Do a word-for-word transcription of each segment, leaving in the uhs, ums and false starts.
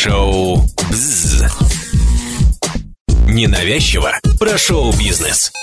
Шоу «Бзз». Ненавязчиво про шоу-бизнес.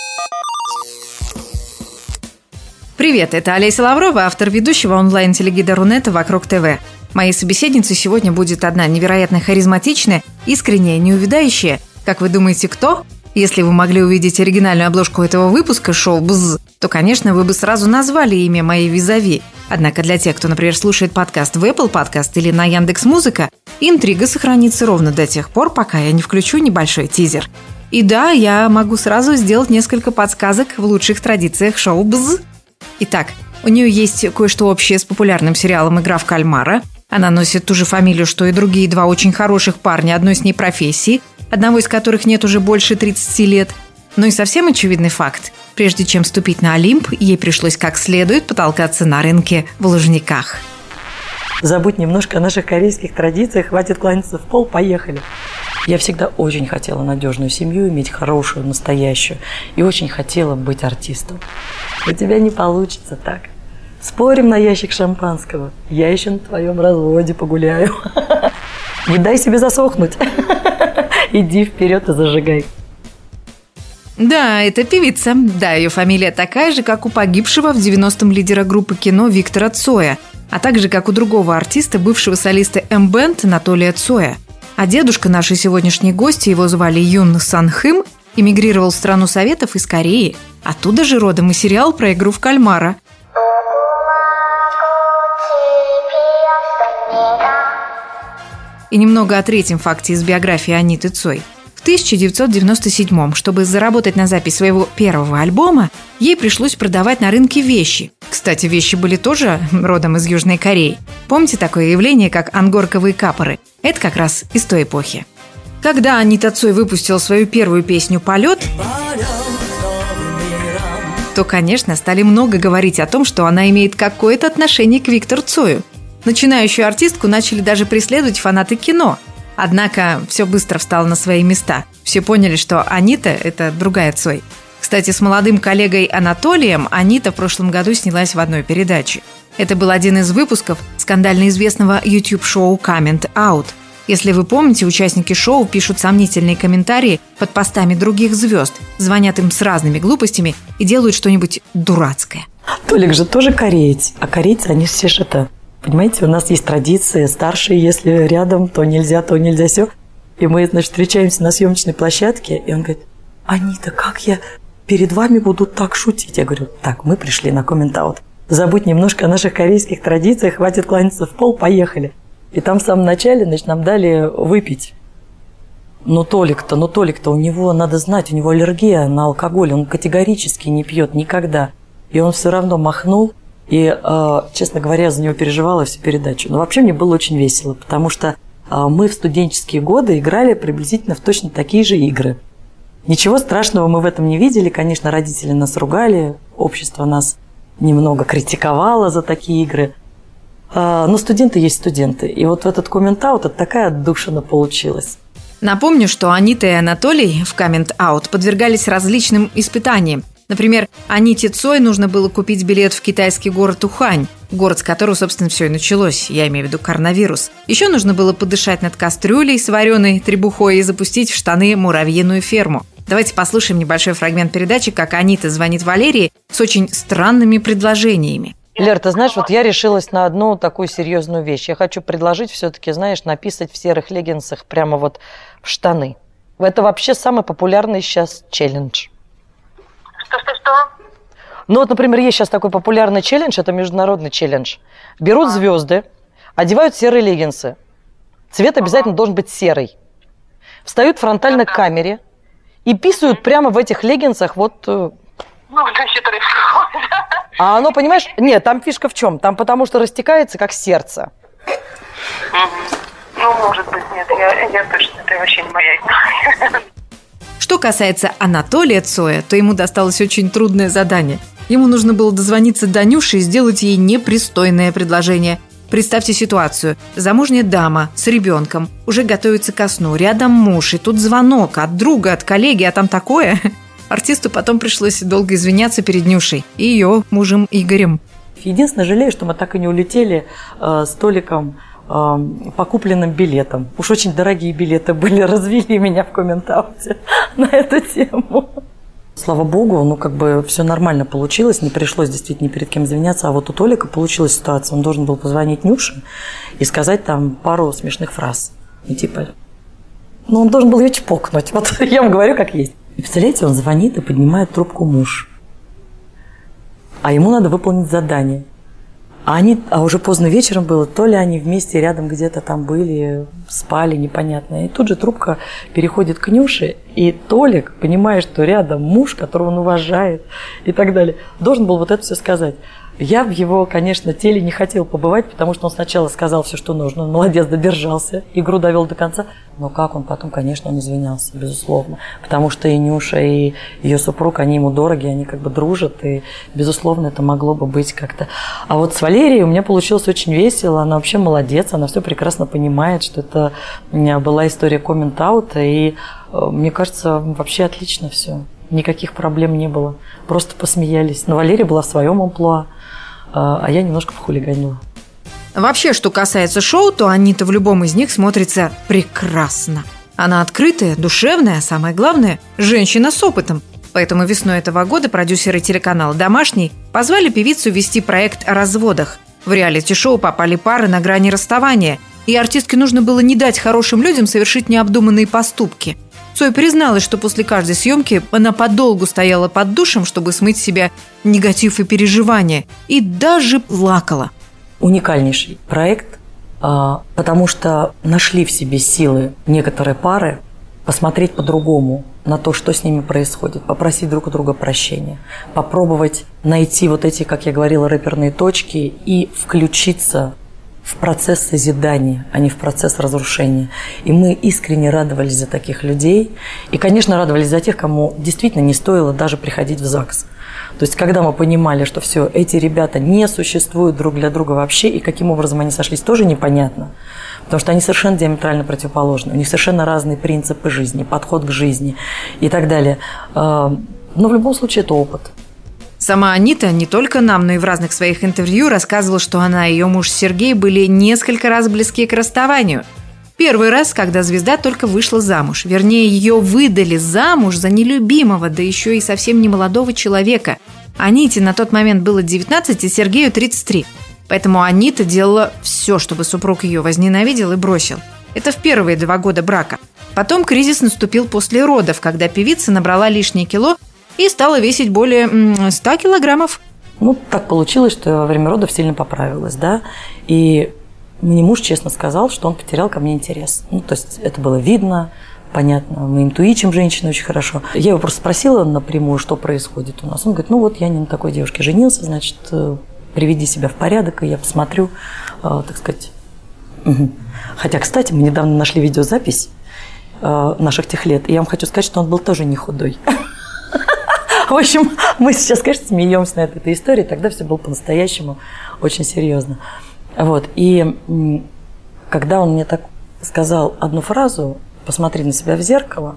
Привет, это Олеся Лаврова, автор ведущего онлайн-телегида Рунета «Вокруг ТВ». Моей собеседницей сегодня будет одна невероятно харизматичная, искренняя, неувядающая. Как вы думаете, кто? Если вы могли увидеть оригинальную обложку этого выпуска шоу «Бзз», то, конечно, вы бы сразу назвали имя моей визави. Однако для тех, кто, например, слушает подкаст в Apple Podcast или на Яндекс.Музыка, интрига сохранится ровно до тех пор, пока я не включу небольшой тизер. И да, я могу сразу сделать несколько подсказок в лучших традициях шоу «Бзз». Итак, у нее есть кое-что общее с популярным сериалом «Игра в кальмара». Она носит ту же фамилию, что и другие два очень хороших парня одной с ней профессии, одного из которых нет уже больше тридцати лет. Ну и совсем очевидный факт. Прежде чем ступить на Олимп, ей пришлось как следует потолкаться на рынке в Лужниках. Забудь немножко о наших корейских традициях, хватит кланяться в пол, поехали. Я всегда очень хотела надежную семью, иметь хорошую, настоящую. И очень хотела быть артистом. У тебя не получится так. Спорим на ящик шампанского. Я еще на твоем разводе погуляю. Не дай себе засохнуть. Иди вперед и зажигай. Да, это певица. Да, ее фамилия такая же, как у погибшего в девяностом лидера группы кино Виктора Цоя, а также как у другого артиста, бывшего солиста эм-бэнд Анатолия Цоя. А дедушка нашей сегодняшней гости, его звали Юн Сан Хым, эмигрировал в страну Советов из Кореи. Оттуда же родом и сериал про игру в кальмара. И немного о третьем факте из биографии Аниты Цой. В тысяча девятьсот девяносто седьмом, чтобы заработать на запись своего первого альбома, ей пришлось продавать на рынке вещи. Кстати, вещи были тоже родом из Южной Кореи. Помните такое явление, как ангорковые капоры? Это как раз из той эпохи. Когда Анита Цой выпустила свою первую песню «Полет», то, конечно, стали много говорить о том, что она имеет какое-то отношение к Виктору Цою. Начинающую артистку начали даже преследовать фанаты кино. Однако все быстро встало на свои места. Все поняли, что Анита – это другая Цой. Кстати, с молодым коллегой Анатолием Анита в прошлом году снялась в одной передаче. Это был один из выпусков скандально известного YouTube-шоу «Comment Out». Если вы помните, участники шоу пишут сомнительные комментарии под постами других звезд, звонят им с разными глупостями и делают что-нибудь дурацкое. Толик же тоже кореец, а корейцы, они все же это... Понимаете, у нас есть традиции, старшие, если рядом, то нельзя, то нельзя, все. И мы, значит, встречаемся на съемочной площадке, и он говорит: Анита, как я перед вами буду так шутить? Я говорю: так, мы пришли на коммент-аут. Забудь немножко о наших корейских традициях, хватит кланяться в пол, поехали. И там в самом начале, значит, нам дали выпить. Ну, Толик-то, ну, Толик-то, у него, надо знать, у него аллергия на алкоголь, он категорически не пьет никогда. И он все равно махнул. И, э, честно говоря, я за него переживала всю передачу. Но вообще мне было очень весело, потому что э, мы в студенческие годы играли приблизительно в точно такие же игры. Ничего страшного мы в этом не видели. Конечно, родители нас ругали, общество нас немного критиковало за такие игры. Э, но студенты есть студенты. И вот в этот коммент-аут это такая отдушина получилась. Напомню, что Анита и Анатолий в коммент-аут подвергались различным испытаниям. Например, Аните Цой нужно было купить билет в китайский город Ухань, город, с которого, собственно, все и началось, я имею в виду коронавирус. Еще нужно было подышать над кастрюлей с вареной требухой и запустить в штаны муравьиную ферму. Давайте послушаем небольшой фрагмент передачи, как Анита звонит Валерии с очень странными предложениями. Лер, ты знаешь, вот я решилась на одну такую серьезную вещь. Я хочу предложить все-таки, знаешь, написать в серых леггинсах прямо вот в штаны. Это вообще самый популярный сейчас челлендж. Что-что-что? Ну вот, например, есть сейчас такой популярный челлендж, это международный челлендж. Берут звезды, одевают серые леггинсы. Цвет обязательно должен быть серый. Встают фронтально к камере и писают прямо в этих леггинсах вот... Ну, да, хитрый. А оно, понимаешь, нет, там фишка в чем? Там потому что растекается, как сердце. Ну, может быть, нет, я, я точно, это вообще не моя история. Что касается Анатолия Цоя, то ему досталось очень трудное задание. Ему нужно было дозвониться до Нюши и сделать ей непристойное предложение. Представьте ситуацию. Замужняя дама с ребенком уже готовится ко сну. Рядом муж, и тут звонок от друга, от коллеги, а там такое. Артисту потом пришлось долго извиняться перед Нюшей и ее мужем Игорем. Единственное, жалею, что мы так и не улетели э, с Толиком э, по купленным билетам. Уж очень дорогие билеты были, развели меня в коммент-ауте на эту тему. Слава богу, ну как бы все нормально получилось, не пришлось действительно ни перед кем извиняться. А вот у Толика получилась ситуация, он должен был позвонить Нюше и сказать там пару смешных фраз. И типа, ну он должен был ее чпокнуть, вот я вам говорю как есть. И представляете, он звонит и поднимает трубку муж. А ему надо выполнить задание. А, они, а уже поздно вечером было, то ли они вместе рядом где-то там были, спали, непонятно. И тут же трубка переходит к Нюше, и Толик, понимая, что рядом муж, которого он уважает и так далее, должен был вот это все сказать. Я в его, конечно, теле не хотел побывать, потому что он сначала сказал все, что нужно. Он молодец, додержался, игру довел до конца. Но как он потом, конечно, он извинялся, безусловно. Потому что и Нюша, и ее супруг, они ему дороги, они как бы дружат. И, безусловно, это могло бы быть как-то. А вот с Валерией у меня получилось очень весело. Она вообще молодец, она все прекрасно понимает, что это была история коммент-аута. И мне кажется, вообще отлично все. Никаких проблем не было. Просто посмеялись. Но Валерия была в своем амплуа, а я немножко похулиганила. Вообще, что касается шоу, то Анита в любом из них смотрится прекрасно. Она открытая, душевная, а самое главное – женщина с опытом. Поэтому весной этого года продюсеры телеканала «Домашний» позвали певицу вести проект о разводах. В реалити-шоу попали пары на грани расставания, и артистке нужно было не дать хорошим людям совершить необдуманные поступки. Цой призналась, что после каждой съемки она подолгу стояла под душем, чтобы смыть с себя негатив и переживания, и даже плакала. Уникальнейший проект, потому что нашли в себе силы некоторые пары посмотреть по-другому на то, что с ними происходит, попросить друг у друга прощения, попробовать найти вот эти, как я говорила, рэперные точки и включиться в процесс созидания, а не в процесс разрушения. И мы искренне радовались за таких людей. И, конечно, радовались за тех, кому действительно не стоило даже приходить в ЗАГС. То есть, когда мы понимали, что все, эти ребята не существуют друг для друга вообще, и каким образом они сошлись, тоже непонятно. Потому что они совершенно диаметрально противоположны. У них совершенно разные принципы жизни, подход к жизни и так далее. Но в любом случае это опыт. Сама Анита не только нам, но и в разных своих интервью рассказывала, что она и ее муж Сергей были несколько раз близки к расставанию. Первый раз, когда звезда только вышла замуж. Вернее, ее выдали замуж за нелюбимого, да еще и совсем не молодого человека. Аните на тот момент было девятнадцать, и Сергею тридцать три. Поэтому Анита делала все, чтобы супруг ее возненавидел и бросил. Это в первые два года брака. Потом кризис наступил после родов, когда певица набрала лишние кило и стала весить более ста килограммов. Ну, так получилось, что во время родов сильно поправилась, да. И мне муж честно сказал, что он потерял ко мне интерес. Ну, то есть это было видно, понятно. Мы интуичим женщины очень хорошо. Я его просто спросила напрямую, что происходит у нас. Он говорит, ну вот я не на такой девушке женился, значит, приведи себя в порядок, и я посмотрю, так сказать. Угу. Хотя, кстати, мы недавно нашли видеозапись наших тех лет, и я вам хочу сказать, что он был тоже не худой. В общем, мы сейчас, конечно, смеемся над этой историей, тогда все было по-настоящему очень серьезно. Вот. И когда он мне так сказал одну фразу, посмотри на себя в зеркало,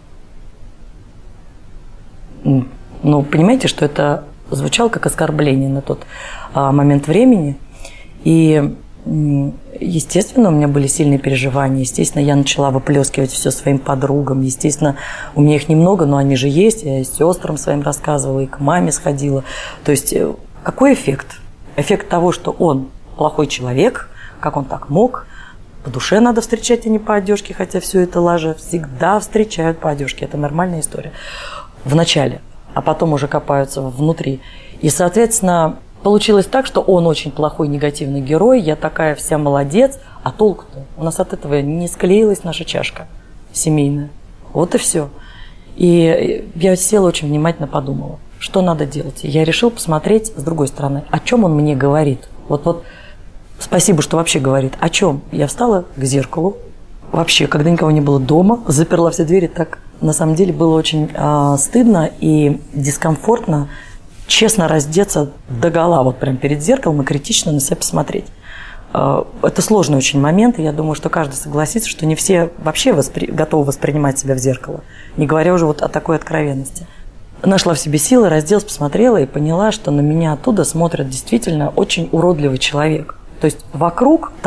ну, понимаете, что это звучало как оскорбление на тот а, момент времени. И, естественно, у меня были сильные переживания. Естественно, я начала выплескивать все своим подругам. Естественно, у меня их немного, но они же есть. Я и сестрам своим рассказывала, и к маме сходила. То есть, какой эффект? Эффект того, что он плохой человек, как он так мог. По душе надо встречать, а не по одежке, хотя все это лажа. Всегда встречают по одежке. Это нормальная история. В начале. А потом уже копаются внутри. И, соответственно, получилось так, что он очень плохой негативный герой, я такая вся молодец, а толку-то? У нас от этого не склеилась наша чашка семейная. Вот и все. И я села очень внимательно подумала, что надо делать. Я решила посмотреть с другой стороны, о чем он мне говорит. Вот, вот спасибо, что вообще говорит. О чем? Я встала к зеркалу. Вообще, когда никого не было дома, заперла все двери, так на самом деле было очень э, стыдно и дискомфортно честно раздеться догола, вот прям перед зеркалом и критично на себя посмотреть. Э, это сложный очень момент, и я думаю, что каждый согласится, что не все вообще воспри- готовы воспринимать себя в зеркало, не говоря уже вот о такой откровенности. Нашла в себе силы, разделась, посмотрела и поняла, что на меня оттуда смотрит действительно очень уродливый человек. То есть вокруг там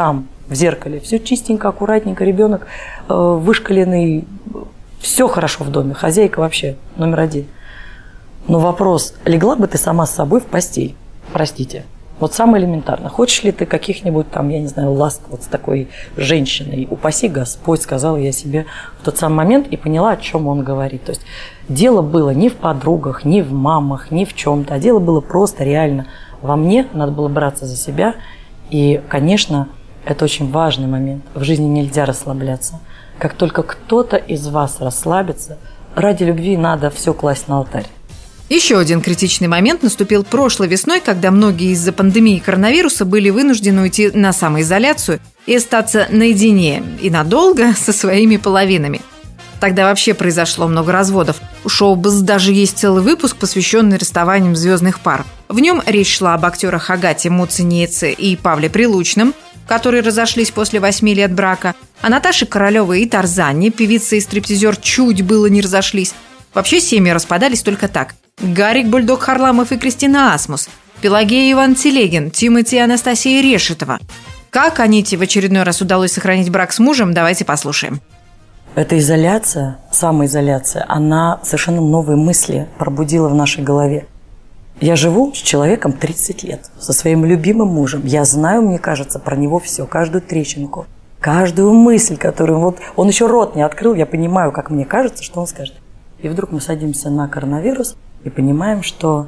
в зеркале. Все чистенько, аккуратненько, ребенок э, вышкаленный, все хорошо в доме, хозяйка вообще номер один. Но вопрос, легла бы ты сама с собой в постель? Простите. Вот самое элементарно. Хочешь ли ты каких-нибудь там, я не знаю, ласк вот с такой женщиной? Упаси Господь, сказала я себе в тот самый момент и поняла, о чем он говорит. То есть дело было не в подругах, не в мамах, не в чем-то, а дело было просто реально во мне. Надо было браться за себя. И, конечно, это очень важный момент. В жизни нельзя расслабляться. Как только кто-то из вас расслабится, ради любви надо все класть на алтарь. Еще один критичный момент наступил прошлой весной, когда многие из-за пандемии коронавируса были вынуждены уйти на самоизоляцию и остаться наедине и надолго со своими половинами. Тогда вообще произошло много разводов. У шоу-биз даже есть целый выпуск, посвященный расставаниям звездных пар. В нем речь шла об актерах Агате Муцениеце и Павле Прилучном, которые разошлись после восьми лет брака, а Наташе Королевой и Тарзане, певица и стриптизер, чуть было не разошлись. Вообще семьи распадались только так. Гарик Бульдог Харламов и Кристина Асмус, Пелагея Иван Телегин, Тимати и Анастасия Решетова. Как Аните в очередной раз удалось сохранить брак с мужем, давайте послушаем. Эта изоляция, самоизоляция, она совершенно новые мысли пробудила в нашей голове. Я живу с человеком тридцать лет, со своим любимым мужем. Я знаю, мне кажется, про него все, каждую трещинку, каждую мысль, которую вот он еще рот не открыл, я понимаю, как мне кажется, что он скажет. И вдруг мы садимся на коронавирус и понимаем, что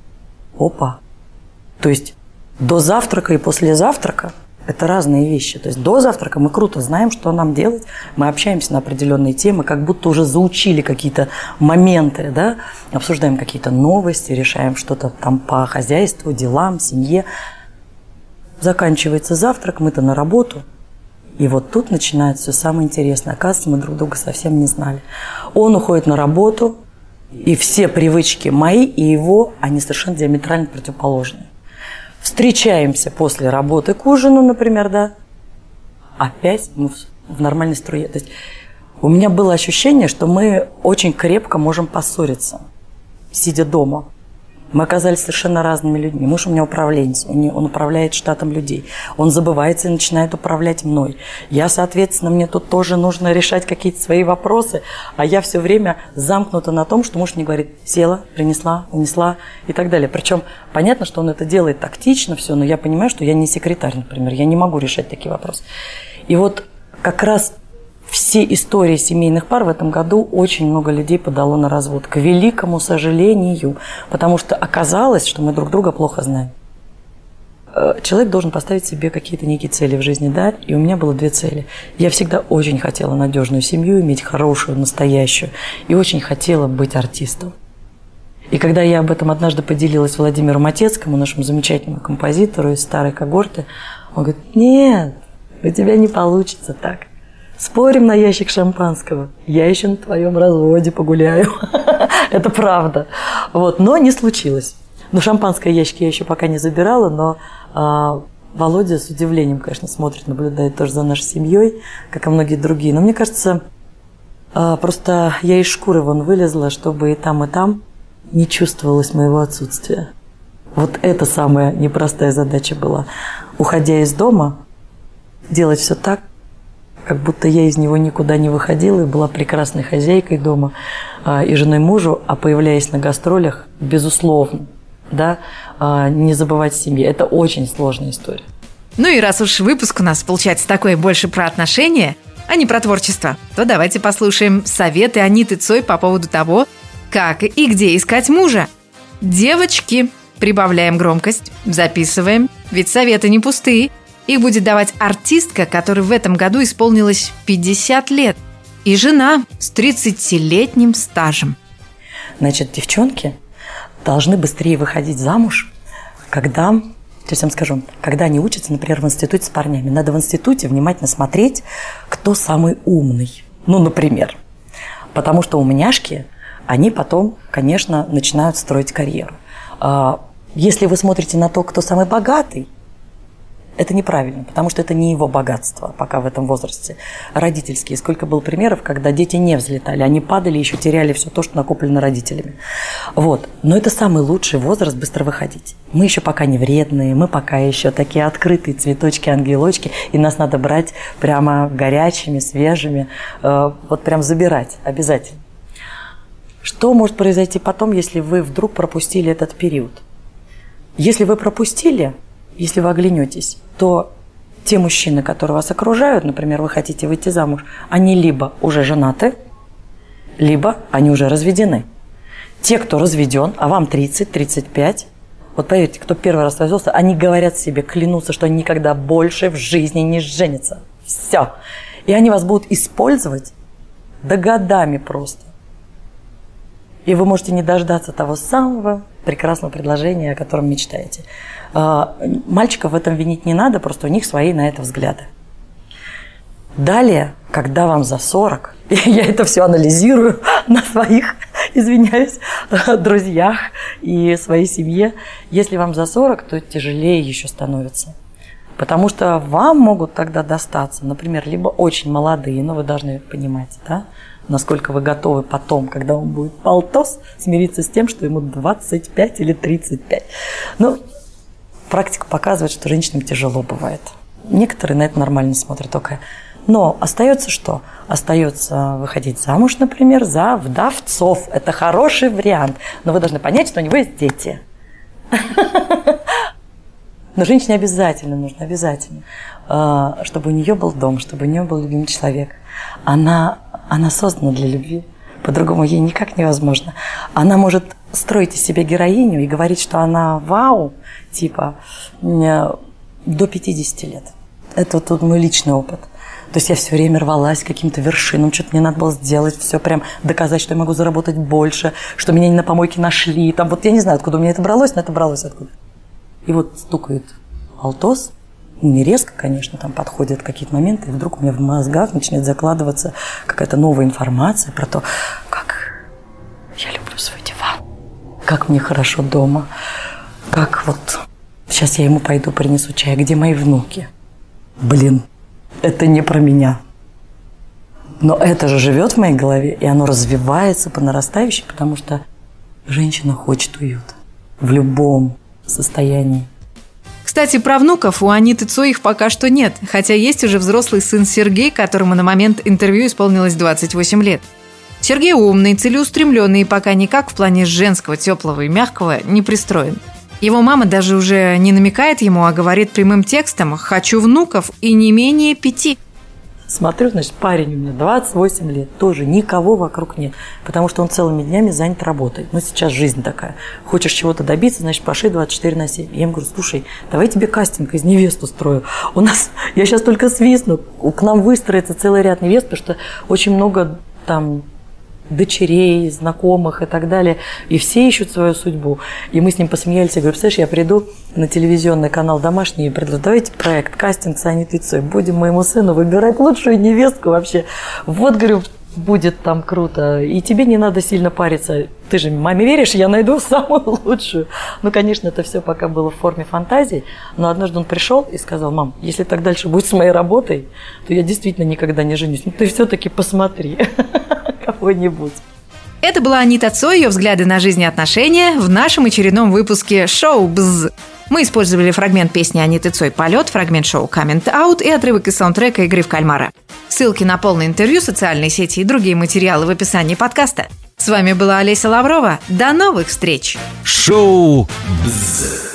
опа, то есть до завтрака и после завтрака это разные вещи. То есть до завтрака мы круто знаем, что нам делать, мы общаемся на определенные темы, как будто уже заучили какие-то моменты, да? Обсуждаем какие-то новости, решаем что-то там по хозяйству, делам, семье. Заканчивается завтрак, мы-то на работу. И вот тут начинается все самое интересное. Оказывается, мы друг друга совсем не знали. Он уходит на работу, и все привычки мои и его, они совершенно диаметрально противоположные. Встречаемся после работы к ужину, например, да, опять мы в нормальной струе. То есть у меня было ощущение, что мы очень крепко можем поссориться, сидя дома. Мы оказались совершенно разными людьми. Муж у меня управленец, он управляет штатом людей. Он забывается и начинает управлять мной. Я, соответственно, мне тут тоже нужно решать какие-то свои вопросы, а я все время замкнута на том, что муж мне говорит: села, принесла, унесла и так далее. Причем понятно, что он это делает тактично все, но я понимаю, что я не секретарь, например, я не могу решать такие вопросы. И вот как раз все истории семейных пар в этом году очень много людей подало на развод, к великому сожалению, потому что оказалось, что мы друг друга плохо знаем. Человек должен поставить себе какие-то некие цели в жизни, да, и у меня было две цели. Я всегда очень хотела надежную семью, иметь хорошую, настоящую, и очень хотела быть артистом. И когда я об этом однажды поделилась Владимиру Матецкому, нашему замечательному композитору из старой когорты, он говорит: нет, у тебя не получится так. Спорим на ящик шампанского, я еще на твоем разводе погуляю. Это правда. Вот. Но не случилось. Но шампанское ящики я еще пока не забирала, но а, Володя с удивлением, конечно, смотрит, наблюдает тоже за нашей семьей, как и многие другие. Но мне кажется, а, просто я из шкуры вон вылезла, чтобы и там, и там не чувствовалось моего отсутствия. Вот это самая непростая задача была. Уходя из дома, делать все так, как будто я из него никуда не выходила и была прекрасной хозяйкой дома а, и женой мужу, а появляясь на гастролях, безусловно, да, а, не забывать о семье. Это очень сложная история. Ну и раз уж выпуск у нас получается такой больше про отношения, а не про творчество, то давайте послушаем советы Аниты Цой по поводу того, как и где искать мужа. Девочки, прибавляем громкость, записываем, ведь советы не пустые. Их будет давать артистка, которой в этом году исполнилось пятьдесят лет, и жена с тридцатилетним стажем. Значит, девчонки должны быстрее выходить замуж, когда, сейчас я вам скажу, когда они учатся, например, в институте с парнями. Надо в институте внимательно смотреть, кто самый умный. Ну, например. Потому что умняшки, они потом, конечно, начинают строить карьеру. Если вы смотрите на то, кто самый богатый, Это неправильно, потому что это не его богатство пока в этом возрасте. Родительские. Сколько было примеров, когда дети не взлетали, они падали, еще теряли все то, что накоплено родителями. Вот. Но это самый лучший возраст быстро выходить. Мы еще пока не вредные, мы пока еще такие открытые цветочки, ангелочки, и нас надо брать прямо горячими, свежими, э, вот прям забирать обязательно. Что может произойти потом, если вы вдруг пропустили этот период? Если вы пропустили, если вы оглянетесь, то те мужчины, которые вас окружают, например, вы хотите выйти замуж, они либо уже женаты, либо они уже разведены. Те, кто разведен, а вам тридцать-тридцать пять, вот поверьте, кто первый раз развелся, они говорят себе, клянутся, что они никогда больше в жизни не женятся. Все. И они вас будут использовать до годами просто. И вы можете не дождаться того самого прекрасного предложения, о котором мечтаете. Мальчиков в этом винить не надо, просто у них свои на это взгляды. Далее, когда вам за сорок, я это все анализирую на своих, извиняюсь, друзьях и своей семье, если вам за сорок, то тяжелее еще становится. Потому что вам могут тогда достаться, например, либо очень молодые, но вы должны понимать, да, насколько вы готовы потом, когда он будет полтос, смириться с тем, что ему двадцать пять или тридцать пять. Ну, практика показывает, что женщинам тяжело бывает. Некоторые на это нормально смотрят только. Но остается что? Остается выходить замуж, например, за вдовцов. Это хороший вариант. Но вы должны понять, что у него есть дети. Но женщине обязательно нужно, обязательно, чтобы у нее был дом, чтобы у нее был любимый человек. Она, она создана для любви. По-другому ей никак невозможно. Она может строить из себя героиню и говорить, что она вау, типа, до пятидесяти лет. Это вот тут мой личный опыт. То есть я все время рвалась к каким-то вершинам, что-то мне надо было сделать, все прям доказать, что я могу заработать больше, что меня не на помойке нашли. Там вот я не знаю, откуда у меня это бралось, но это бралось откуда. И вот стукает алтос, не резко, конечно, там подходят какие-то моменты, и вдруг у меня в мозгах начинает закладываться какая-то новая информация про то, как я люблю свой диван, как мне хорошо дома, как вот сейчас я ему пойду принесу чай, где мои внуки. Блин, это не про меня. Но это же живет в моей голове, и оно развивается по нарастающей, потому что женщина хочет уюта в любом состоянии. Кстати, про внуков у Аниты Цой их пока что нет, хотя есть уже взрослый сын Сергей, которому на момент интервью исполнилось двадцать восемь лет. Сергей умный, целеустремленный и пока никак в плане женского, теплого и мягкого не пристроен. Его мама даже уже не намекает ему, а говорит прямым текстом «хочу внуков и не менее пяти». Смотрю, значит, парень у меня двадцать восемь лет, тоже никого вокруг нет, потому что он целыми днями занят работой. Ну, сейчас жизнь такая. Хочешь чего-то добиться, значит, пошли двадцать четыре на семь. Я ему говорю, слушай, давай тебе кастинг из невест устрою. У нас, я сейчас только свистну, к нам выстроится целый ряд невест, потому что очень много там дочерей, знакомых и так далее, и все ищут свою судьбу. И мы с ним посмеялись, я говорю, представляешь, я приду на телевизионный канал «Домашний» и предложу, давайте проект, кастинг с Анитой Цой, будем моему сыну выбирать лучшую невестку вообще. Вот, говорю, будет там круто, и тебе не надо сильно париться. Ты же маме веришь, я найду самую лучшую. Ну, конечно, это все пока было в форме фантазии, но однажды он пришел и сказал, мам, если так дальше будет с моей работой, то я действительно никогда не женюсь. Ну, ты все-таки посмотри кого-нибудь. Это была Анита Цой, ее взгляды на жизнь и отношения в нашем очередном выпуске «Шоу Бз». Мы использовали фрагмент песни Аниты Цой «Полет», фрагмент шоу «Coming Out» и отрывок из саундтрека игры в кальмара. Ссылки на полное интервью, социальные сети и другие материалы в описании подкаста. С вами была Олеся Лаврова. До новых встреч! Шоу Бз.